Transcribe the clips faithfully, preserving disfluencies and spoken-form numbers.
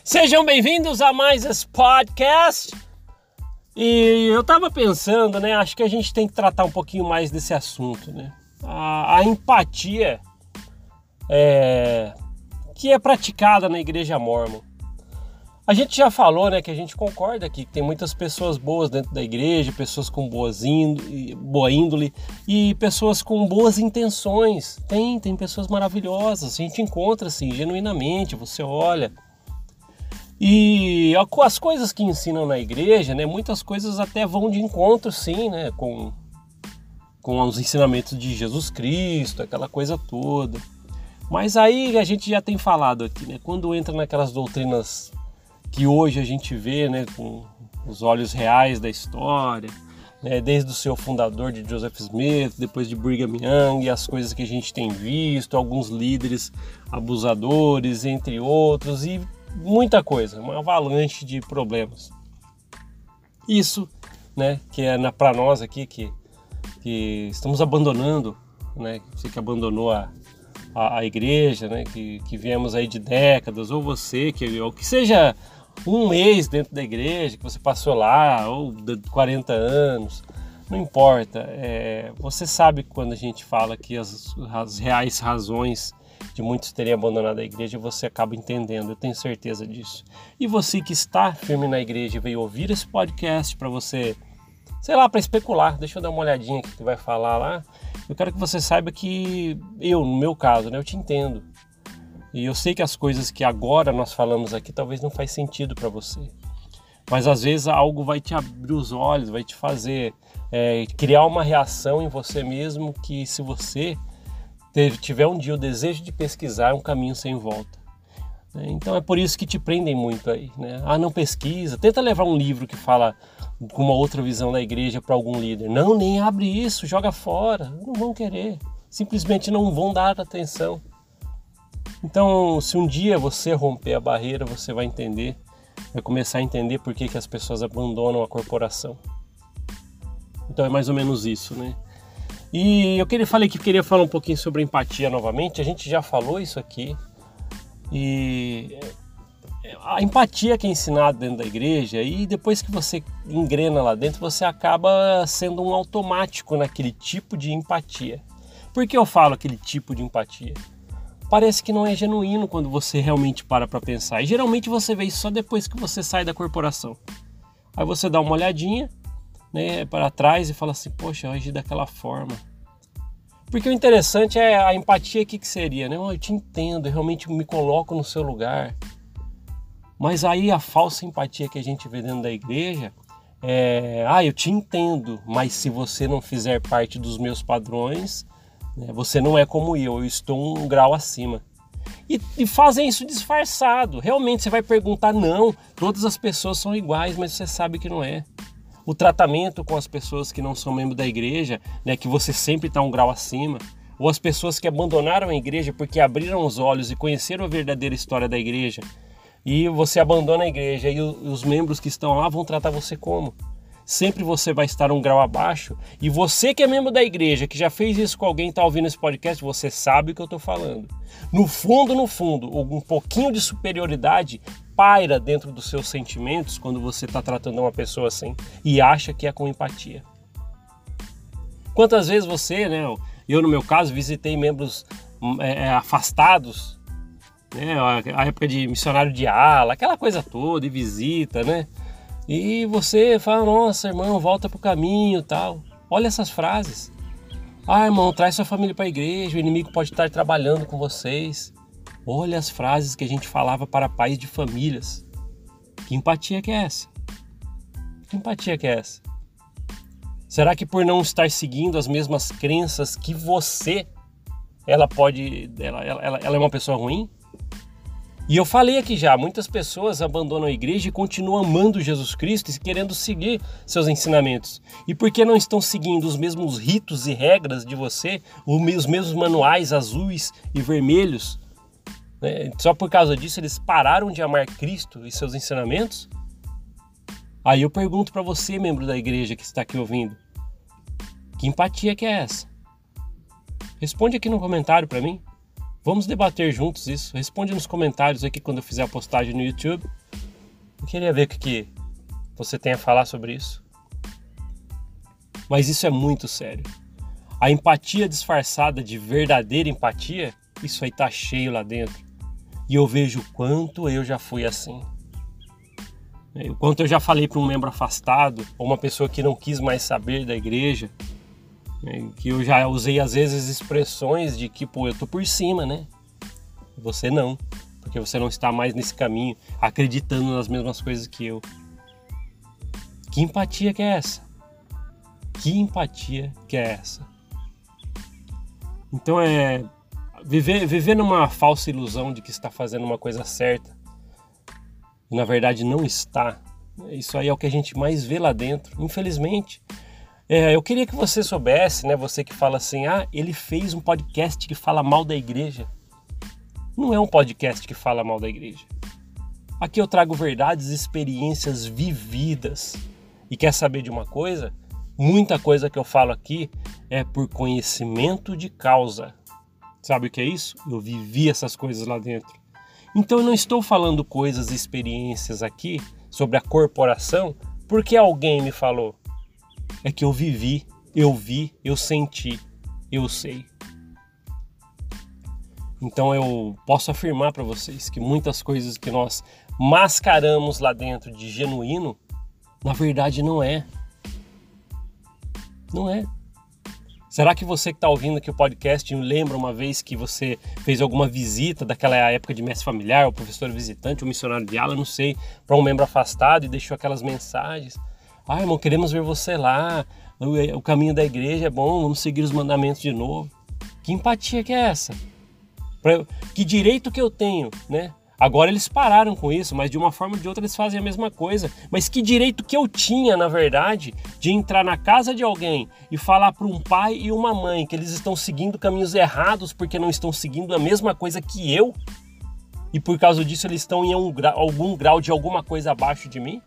Sejam bem-vindos a mais esse podcast. E eu tava pensando, né? Acho que a gente tem que tratar um pouquinho mais desse assunto, né? A, a empatia é, que é praticada na igreja mórmon. A gente já falou, né, que a gente concorda aqui que tem muitas pessoas boas dentro da igreja, pessoas com boas índole, boa índole e pessoas com boas intenções. Tem, tem pessoas maravilhosas, a gente encontra assim, genuinamente, você olha. E as coisas que ensinam na igreja, né, muitas coisas até vão de encontro, sim, né, com, com os ensinamentos de Jesus Cristo, aquela coisa toda. Mas aí a gente já tem falado aqui, né, quando entra naquelas doutrinas que hoje a gente vê, né, com os olhos reais da história, né, desde o seu fundador de Joseph Smith, depois de Brigham Young, e as coisas que a gente tem visto, alguns líderes abusadores, entre outros, e muita coisa, uma avalanche de problemas. Isso, né, que é para nós aqui que, que estamos abandonando, né, você que abandonou a, a, a igreja, né, que, que viemos aí de décadas, ou você que, ou que seja um mês dentro da igreja, que você passou lá, ou de quarenta anos, não importa. É, você sabe que quando a gente fala que as, as reais razões de muitos terem abandonado a igreja, você acaba entendendo, eu tenho certeza disso. E você que está firme na igreja e veio ouvir esse podcast para você, sei lá, para especular, deixa eu dar uma olhadinha aqui que vai falar lá, eu quero que você saiba que eu, no meu caso, né, eu te entendo. E eu sei que as coisas que agora nós falamos aqui talvez não faz sentido para você. Mas às vezes algo vai te abrir os olhos, vai te fazer é, criar uma reação em você mesmo que, se você tiver um dia o desejo de pesquisar, é um caminho sem volta. Então é por isso que te prendem muito aí, né? Ah, não pesquisa, tenta levar um livro que fala com uma outra visão da igreja para algum líder. Não, nem abre isso, joga fora, não vão querer, simplesmente não vão dar atenção. Então, se um dia você romper a barreira, você vai entender, vai começar a entender por que, que as pessoas abandonam a corporação. Então é mais ou menos isso, né? E eu queria, falei que queria falar um pouquinho sobre empatia novamente, a gente já falou isso aqui. E a empatia que é ensinada dentro da igreja, e depois que você engrena lá dentro, você acaba sendo um automático naquele tipo de empatia. Por que eu falo aquele tipo de empatia? Parece que não é genuíno quando você realmente para para pensar. E geralmente você vê isso só depois que você sai da corporação. Aí você dá uma olhadinha, né, para trás e fala assim, poxa, eu agi daquela forma. Porque o interessante é a empatia aqui que seria, né? Eu te entendo, eu realmente me coloco no seu lugar. Mas aí a falsa empatia que a gente vê dentro da igreja é, ah, eu te entendo, mas se você não fizer parte dos meus padrões, você não é como eu, eu estou um grau acima. E, e fazem isso disfarçado. Realmente você vai perguntar, não, todas as pessoas são iguais, mas você sabe que não é. O tratamento com as pessoas que não são membros da igreja, né, que você sempre está um grau acima, ou as pessoas que abandonaram a igreja porque abriram os olhos e conheceram a verdadeira história da igreja, e você abandona a igreja e os membros que estão lá vão tratar você como? Sempre você vai estar um grau abaixo, e você que é membro da igreja, que já fez isso com alguém, está ouvindo esse podcast, você sabe o que eu estou falando. No fundo, no fundo, um pouquinho de superioridade paira dentro dos seus sentimentos quando você está tratando uma pessoa assim e acha que é com empatia. Quantas vezes você, né, eu no meu caso, visitei membros é, afastados, né, a época de missionário de ala, aquela coisa toda, e visita, né? E você fala, nossa, irmão, volta pro caminho e tal. Olha essas frases. Ah, irmão, traz sua família para a igreja, o inimigo pode estar trabalhando com vocês. Olha as frases que a gente falava para pais de famílias. Que empatia que é essa? Que empatia que é essa? Será que por não estar seguindo as mesmas crenças que você, ela pode, ela, ela, ela é uma pessoa ruim? E eu falei aqui já, muitas pessoas abandonam a igreja e continuam amando Jesus Cristo e querendo seguir seus ensinamentos. E por que não estão seguindo os mesmos ritos e regras de você, os mesmos manuais azuis e vermelhos? Né? Só por causa disso eles pararam de amar Cristo e seus ensinamentos? Aí eu pergunto para você, membro da igreja que está aqui ouvindo, que empatia que é essa? Responde aqui no comentário para mim. Vamos debater juntos isso. Responde nos comentários aqui quando eu fizer a postagem no YouTube. Eu queria ver o que, que você tem a falar sobre isso. Mas isso é muito sério. A empatia disfarçada de verdadeira empatia, isso aí tá cheio lá dentro. E eu vejo o quanto eu já fui assim. O quanto eu já falei para um membro afastado, ou uma pessoa que não quis mais saber da igreja, que eu já usei às vezes expressões de que, pô, eu tô por cima, né? Você não, porque você não está mais nesse caminho, acreditando nas mesmas coisas que eu. Que empatia que é essa? Que empatia que é essa? Então é viver, viver numa falsa ilusão de que está fazendo uma coisa certa e na verdade não está. Isso aí é o que a gente mais vê lá dentro, infelizmente. É, eu queria que você soubesse, né? Você que fala assim, ah, ele fez um podcast que fala mal da igreja. Não é um podcast que fala mal da igreja. Aqui eu trago verdades e experiências vividas. E quer saber de uma coisa? Muita coisa que eu falo aqui é por conhecimento de causa. Sabe o que é isso? Eu vivi essas coisas lá dentro. Então eu não estou falando coisas e experiências aqui sobre a corporação porque alguém me falou. É que eu vivi, eu vi, eu senti, eu sei. Então eu posso afirmar para vocês que muitas coisas que nós mascaramos lá dentro de genuíno, na verdade não é. Não é. Será que você que está ouvindo aqui o podcast lembra uma vez que você fez alguma visita daquela época de mestre familiar, ou professor visitante, ou missionário de ala, não sei, para um membro afastado e deixou aquelas mensagens? Ah, irmão, queremos ver você lá, o, o caminho da igreja é bom, vamos seguir os mandamentos de novo. Que empatia que é essa? Pra, que direito que eu tenho, né? Agora eles pararam com isso, mas de uma forma ou de outra eles fazem a mesma coisa. Mas que direito que eu tinha, na verdade, de entrar na casa de alguém e falar para um pai e uma mãe que eles estão seguindo caminhos errados porque não estão seguindo a mesma coisa que eu? E por causa disso eles estão em um grau, algum grau de alguma coisa abaixo de mim?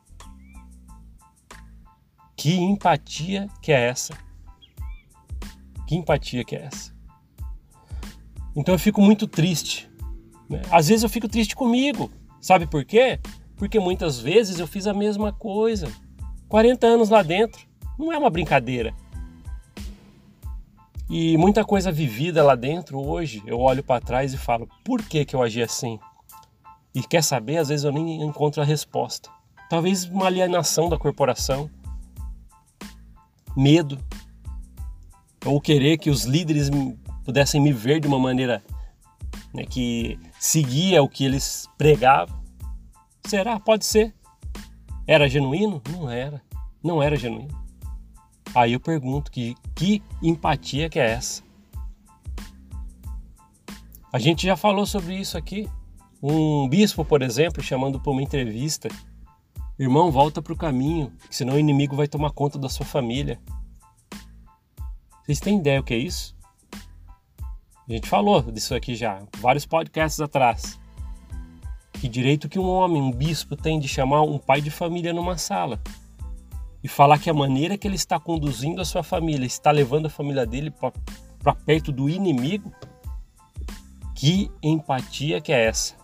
Que empatia que é essa? Que empatia que é essa? Então eu fico muito triste. Né? Às vezes eu fico triste comigo. Sabe por quê? Porque muitas vezes eu fiz a mesma coisa. quarenta anos lá dentro. Não é uma brincadeira. E muita coisa vivida lá dentro hoje, eu olho para trás e falo, por que que eu agi assim? E quer saber? Às vezes eu nem encontro a resposta. Talvez uma alienação da corporação. Medo, ou querer que os líderes pudessem me ver de uma maneira, né, que seguia o que eles pregavam. Será? Pode ser. Era genuíno? Não era. Não era genuíno. Aí eu pergunto, que, que empatia que é essa? A gente já falou sobre isso aqui. Um bispo, por exemplo, chamando para uma entrevista. Irmão, volta para o caminho, senão o inimigo vai tomar conta da sua família. Vocês têm ideia o que é isso? A gente falou disso aqui já, vários podcasts atrás. Que direito que um homem, um bispo, tem de chamar um pai de família numa sala e falar que a maneira que ele está conduzindo a sua família está levando a família dele para perto do inimigo? Que empatia que é essa?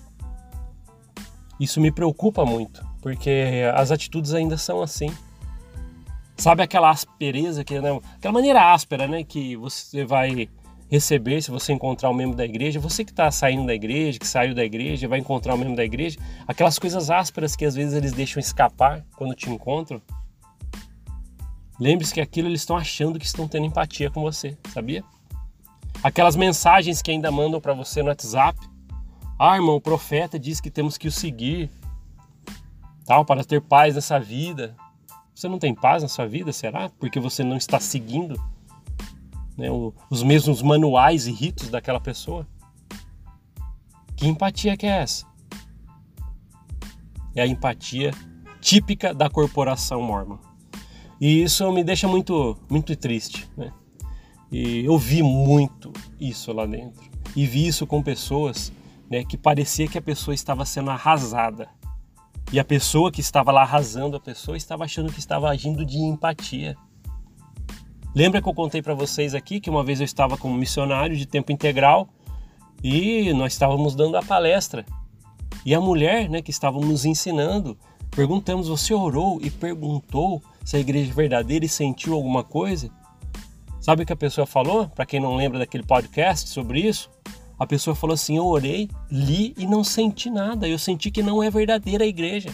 Isso me preocupa muito. Porque as atitudes ainda são assim. Sabe aquela aspereza, que, né, aquela maneira áspera, né, que você vai receber se você encontrar um membro da igreja? Você que está saindo da igreja, que saiu da igreja, vai encontrar um membro da igreja. Aquelas coisas ásperas que às vezes eles deixam escapar quando te encontram. Lembre-se que aquilo eles estão achando que estão tendo empatia com você, sabia? Aquelas mensagens que ainda mandam para você no WhatsApp. Ah, irmão, o profeta diz que temos que o seguir. Tal, para ter paz nessa vida. Você não tem paz na sua vida, será? Porque você não está seguindo, né, o, os mesmos manuais e ritos daquela pessoa? Que empatia que é essa? É a empatia típica da corporação mórmon. E isso me deixa muito, muito triste, né? E eu vi muito isso lá dentro. E vi isso com pessoas, né, que parecia que a pessoa estava sendo arrasada. E a pessoa que estava lá arrasando a pessoa estava achando que estava agindo de empatia. Lembra que eu contei para vocês aqui que uma vez eu estava como missionário de tempo integral e nós estávamos dando a palestra. E a mulher, né, que estava nos ensinando, perguntamos, você orou e perguntou se a igreja é verdadeira e sentiu alguma coisa? Sabe o que a pessoa falou? Para quem não lembra daquele podcast sobre isso, a pessoa falou assim, eu orei, li e não senti nada, eu senti que não é verdadeira a igreja.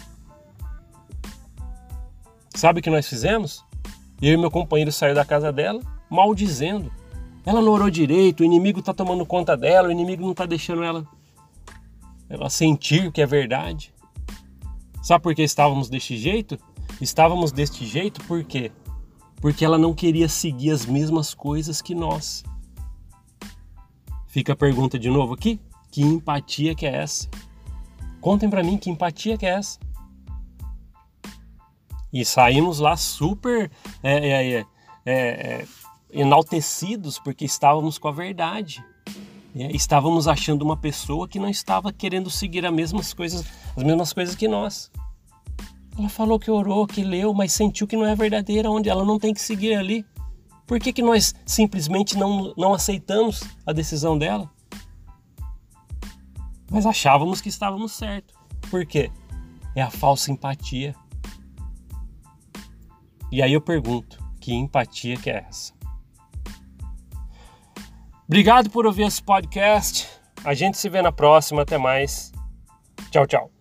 Sabe o que nós fizemos? Eu e meu companheiro saímos da casa dela, maldizendo. Ela não orou direito, o inimigo está tomando conta dela, o inimigo não está deixando ela, ela sentir que é verdade. Sabe por que estávamos deste jeito? Estávamos deste jeito por quê? Porque ela não queria seguir as mesmas coisas que nós. Fica a pergunta de novo aqui, que empatia que é essa? Contem para mim que empatia que é essa? E saímos lá super é, é, é, é, enaltecidos porque estávamos com a verdade. É, estávamos achando uma pessoa que não estava querendo seguir as mesmas coisas, as mesmas coisas que nós. Ela falou que orou, que leu, mas sentiu que não é verdadeira, onde ela não tem que seguir ali. Por que que nós simplesmente não, não aceitamos a decisão dela? Mas achávamos que estávamos certos. Por quê? É a falsa empatia. E aí eu pergunto, que empatia que é essa? Obrigado por ouvir esse podcast. A gente se vê na próxima. Até mais. Tchau, tchau.